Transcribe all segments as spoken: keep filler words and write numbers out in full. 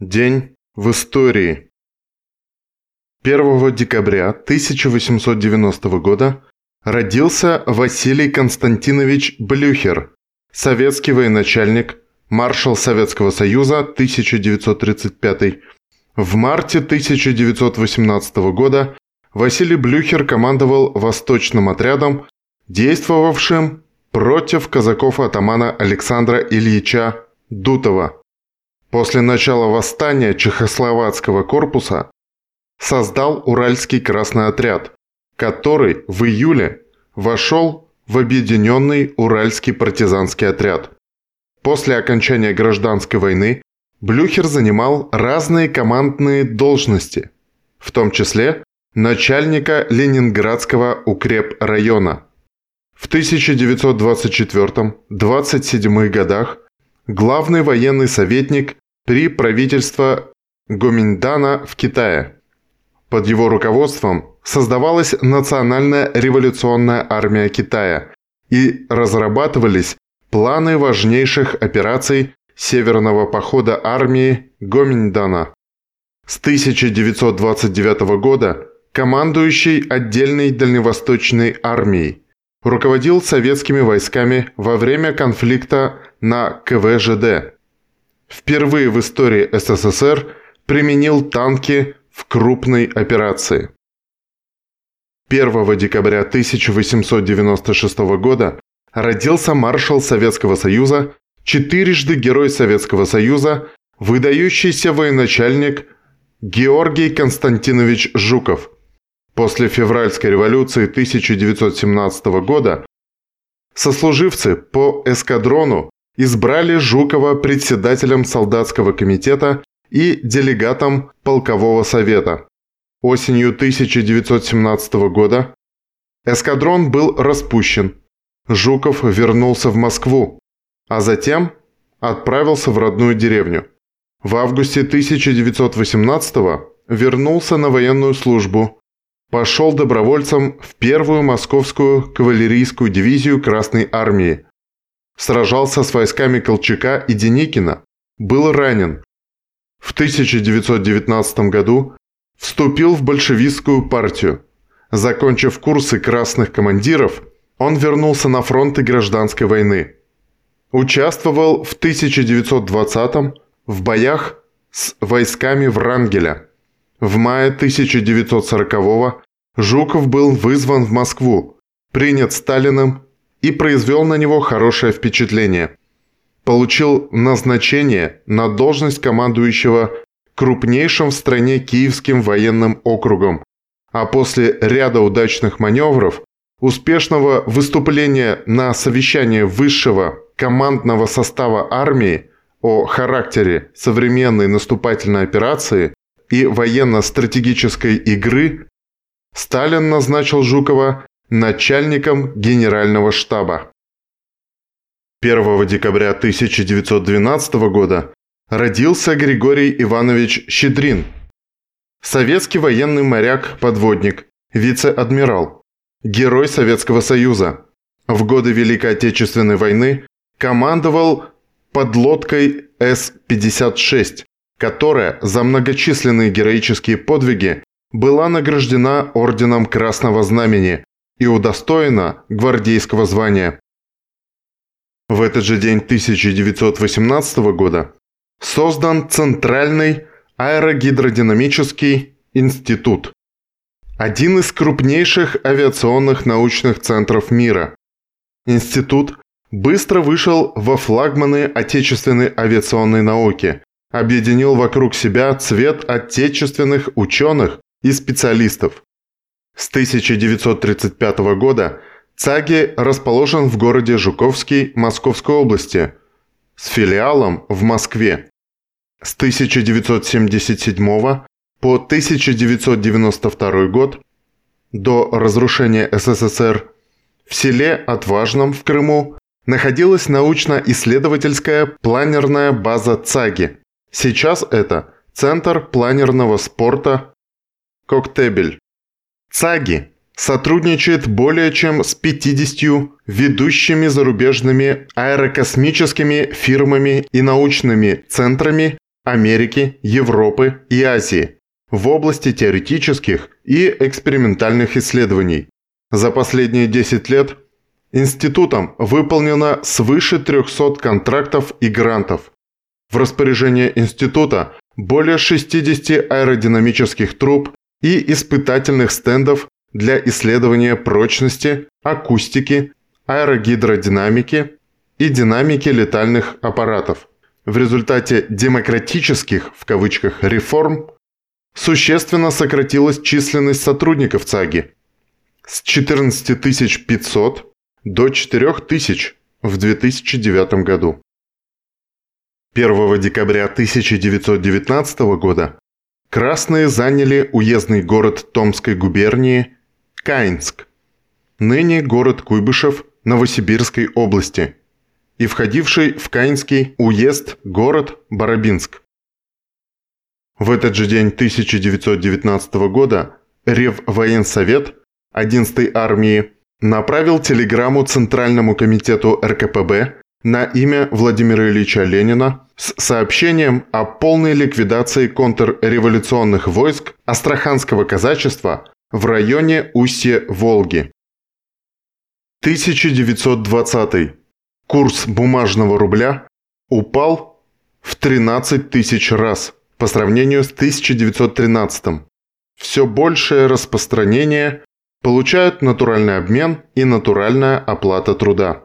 День в истории. первого декабря тысяча восемьсот девяностого года родился Василий Константинович Блюхер, советский военачальник, маршал Советского Союза тысяча девятьсот тридцать пятый. В марте тысяча девятьсот восемнадцатого года Василий Блюхер командовал восточным отрядом, действовавшим против казаков атамана Александра Ильича Дутова. После начала восстания Чехословацкого корпуса создал Уральский Красный отряд, который в июле вошел в Объединенный Уральский партизанский отряд. После окончания гражданской войны Блюхер занимал разные командные должности, в том числе начальника Ленинградского укрепрайона. В тысяча девятьсот двадцать четвёртом — двадцать седьмом годах главный военный советник при правительстве Гоминьдана в Китае. Под его руководством создавалась Национальная революционная армия Китая и разрабатывались планы важнейших операций Северного похода армии Гоминьдана. С тысяча девятьсот двадцать девятого года командующий отдельной дальневосточной армией руководил советскими войсками во время конфликта на ка вэ жэ дэ. Впервые в истории эс эс эс эр применил танки в крупной операции. первого декабря тысяча восемьсот девяносто шестого года родился маршал Советского Союза, четырежды Герой Советского Союза, выдающийся военачальник Георгий Константинович Жуков. После февральской революции тысяча девятьсот семнадцатого года сослуживцы по эскадрону избрали Жукова председателем солдатского комитета и делегатом полкового совета. Осенью тысяча девятьсот семнадцатого года эскадрон был распущен. Жуков вернулся в Москву, а затем отправился в родную деревню. В августе тысяча девятьсот восемнадцатого вернулся на военную службу. Пошел добровольцем в первую московскую кавалерийскую дивизию Красной армии. Сражался с войсками Колчака и Деникина. Был ранен. В тысяча девятьсот девятнадцатом году вступил в большевистскую партию. Закончив курсы красных командиров, он вернулся на фронты гражданской войны. Участвовал в тысяча девятьсот двадцатом в боях с войсками Врангеля. В мае тысяча девятьсот сорокового Жуков был вызван в Москву, принят Сталиным и произвел на него хорошее впечатление. Получил назначение на должность командующего крупнейшим в стране Киевским военным округом, а после ряда удачных маневров, успешного выступления на совещании высшего командного состава армии о характере современной наступательной операции и военно-стратегической игры, Сталин назначил Жукова начальником генерального штаба. первого декабря тысяча девятьсот двенадцатого года родился Григорий Иванович Щедрин, советский военный моряк-подводник, вице-адмирал, Герой Советского Союза. В годы Великой Отечественной войны командовал подлодкой эс пятьдесят шесть, которая за многочисленные героические подвиги была награждена орденом Красного Знамени и удостоена гвардейского звания. В этот же день тысяча девятьсот восемнадцатого года создан Центральный аэрогидродинамический институт, один из крупнейших авиационных научных центров мира. Институт быстро вышел во флагманы отечественной авиационной науки, объединил вокруг себя цвет отечественных ученых и специалистов. С тысяча девятьсот тридцать пятого года ЦАГИ расположен в городе Жуковский Московской области с филиалом в Москве. С тысяча девятьсот семьдесят седьмого по тысяча девятьсот девяносто второй год, до разрушения эс эс эс эр, в селе Отважном в Крыму находилась научно-исследовательская планерная база ЦАГИ. Сейчас это Центр планерного спорта «Коктебель». ЦАГИ сотрудничает более чем с пятьюдесятью ведущими зарубежными аэрокосмическими фирмами и научными центрами Америки, Европы и Азии в области теоретических и экспериментальных исследований. За последние десять лет институтом выполнено свыше трёхсот контрактов и грантов. В распоряжении института более шестидесяти аэродинамических труб и испытательных стендов для исследования прочности, акустики, аэрогидродинамики и динамики летальных аппаратов. В результате «демократических» в кавычках реформ существенно сократилась численность сотрудников ЦАГИ с четырнадцати тысяч пятисот до четырёх тысяч в две тысячи девятом году. первого декабря тысяча девятьсот девятнадцатого года красные заняли уездный город Томской губернии Каинск, ныне город Куйбышев Новосибирской области, и входивший в Каинский уезд город Барабинск. В этот же день тысяча девятьсот девятнадцатого года Реввоенсовет одиннадцатой армии направил телеграмму Центральному комитету эр ка пэ бэ на имя Владимира Ильича Ленина с сообщением о полной ликвидации контрреволюционных войск Астраханского казачества в районе устья Волги. тысяча девятьсот двадцатый. Курс бумажного рубля упал в тринадцать тысяч раз по сравнению с тысяча девятьсот тринадцатым. Все большее распространение получают натуральный обмен и натуральная оплата труда.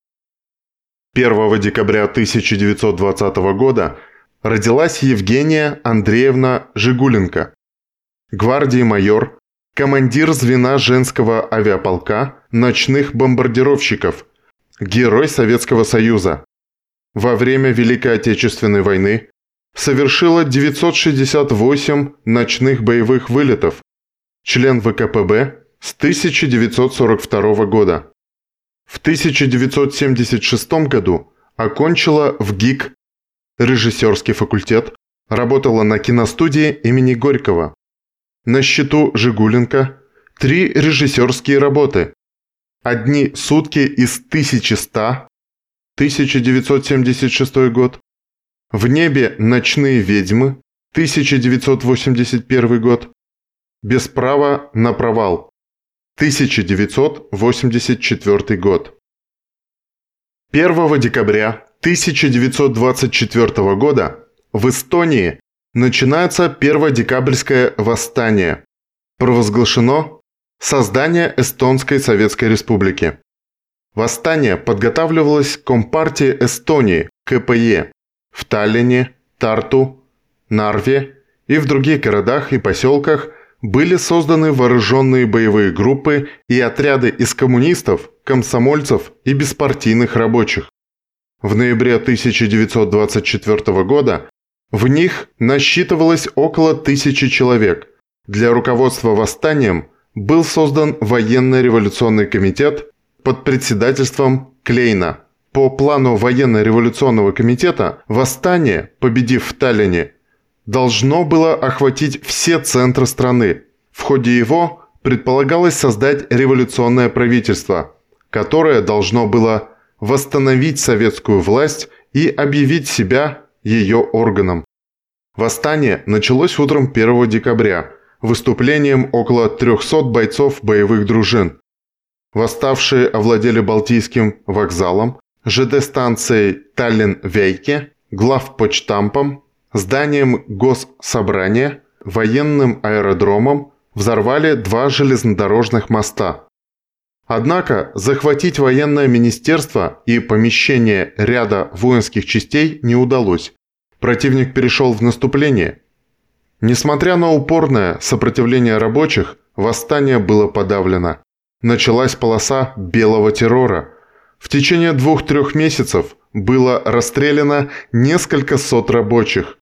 первого декабря тысяча девятьсот двадцатого года родилась Евгения Андреевна Жигуленко, гвардии майор, командир звена женского авиаполка ночных бомбардировщиков, Герой Советского Союза. Во время Великой Отечественной войны совершила девятьсот шестьдесят восемь ночных боевых вылетов, член вэ ка пэ бэ с тысяча девятьсот сорок второго года. В тысяча девятьсот семьдесят шестом году окончила в ГИК режиссерский факультет, работала на киностудии имени Горького. На счету Жигуленко три режиссерские работы. «Одни сутки из тысячи ста» тысяча девятьсот семьдесят шестой год, «В небе ночные ведьмы» тысяча девятьсот восемьдесят первый год, «Без права на провал» тысяча девятьсот восемьдесят четвёртый год. первого декабря тысяча девятьсот двадцать четвёртого года в Эстонии начинается перводекабрьское восстание. Провозглашено создание Эстонской Советской Республики. Восстание подготавливалось Компартией Эстонии, ка пэ е, в Таллине, Тарту, Нарве и в других городах и поселках были созданы вооруженные боевые группы и отряды из коммунистов, комсомольцев и беспартийных рабочих. В ноябре тысяча девятьсот двадцать четвёртого года в них насчитывалось около тысячи человек. Для руководства восстанием был создан военно-революционный комитет под председательством Клейна. По плану военно-революционного комитета восстание, победив в Таллине, должно было охватить все центры страны. В ходе его предполагалось создать революционное правительство, которое должно было восстановить советскую власть и объявить себя ее органом. Восстание началось утром первого декабря выступлением около трёхсот бойцов боевых дружин. Восставшие овладели Балтийским вокзалом, жэ дэ-станцией Таллин-Вейке, главпочтампом, зданием Госсобрания, военным аэродромом, взорвали два железнодорожных моста. Однако захватить военное министерство и помещение ряда воинских частей не удалось. Противник перешел в наступление. Несмотря на упорное сопротивление рабочих, восстание было подавлено. Началась полоса белого террора. В течение двух-трех месяцев было расстреляно несколько сот рабочих.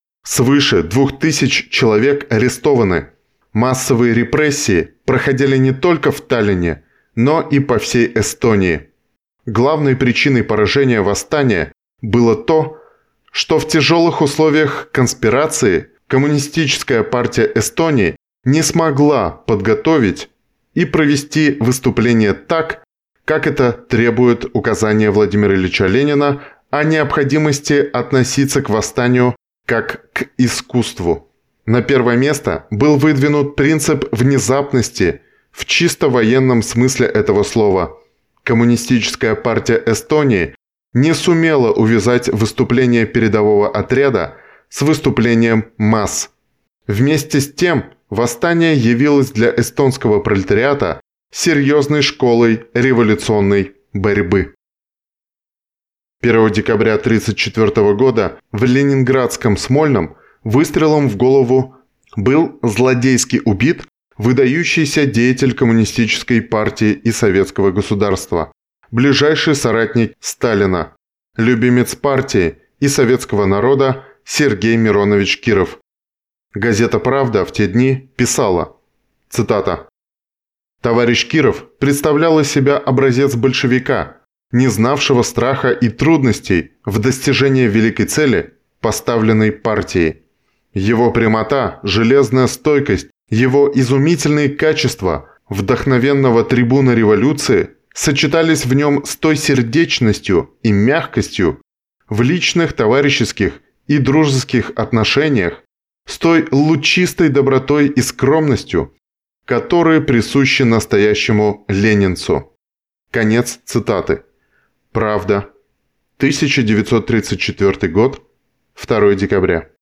Свыше двух тысяч человек арестованы. Массовые репрессии проходили не только в Таллине, но и по всей Эстонии. Главной причиной поражения восстания было то, что в тяжелых условиях конспирации Коммунистическая партия Эстонии не смогла подготовить и провести выступление так, как это требует указания Владимира Ильича Ленина о необходимости относиться к восстанию как к искусству. На первое место был выдвинут принцип внезапности в чисто военном смысле этого слова. Коммунистическая партия Эстонии не сумела увязать выступление передового отряда с выступлением масс. Вместе с тем, восстание явилось для эстонского пролетариата серьезной школой революционной борьбы. первого декабря тысяча девятьсот тридцать четвёртого года в ленинградском Смольном выстрелом в голову был злодейски убит выдающийся деятель коммунистической партии и советского государства, ближайший соратник Сталина, любимец партии и советского народа Сергей Миронович Киров. Газета «Правда» в те дни писала, цитата, «Товарищ Киров представлял из себя образец большевика, не знавшего страха и трудностей в достижении великой цели, поставленной партией. Его прямота, железная стойкость, его изумительные качества вдохновенного трибуна революции сочетались в нем с той сердечностью и мягкостью в личных, товарищеских и дружеских отношениях, с той лучистой добротой и скромностью, которые присущи настоящему ленинцу». Конец цитаты. «Правда», тысяча девятьсот тридцать четвёртый год, второго декабря.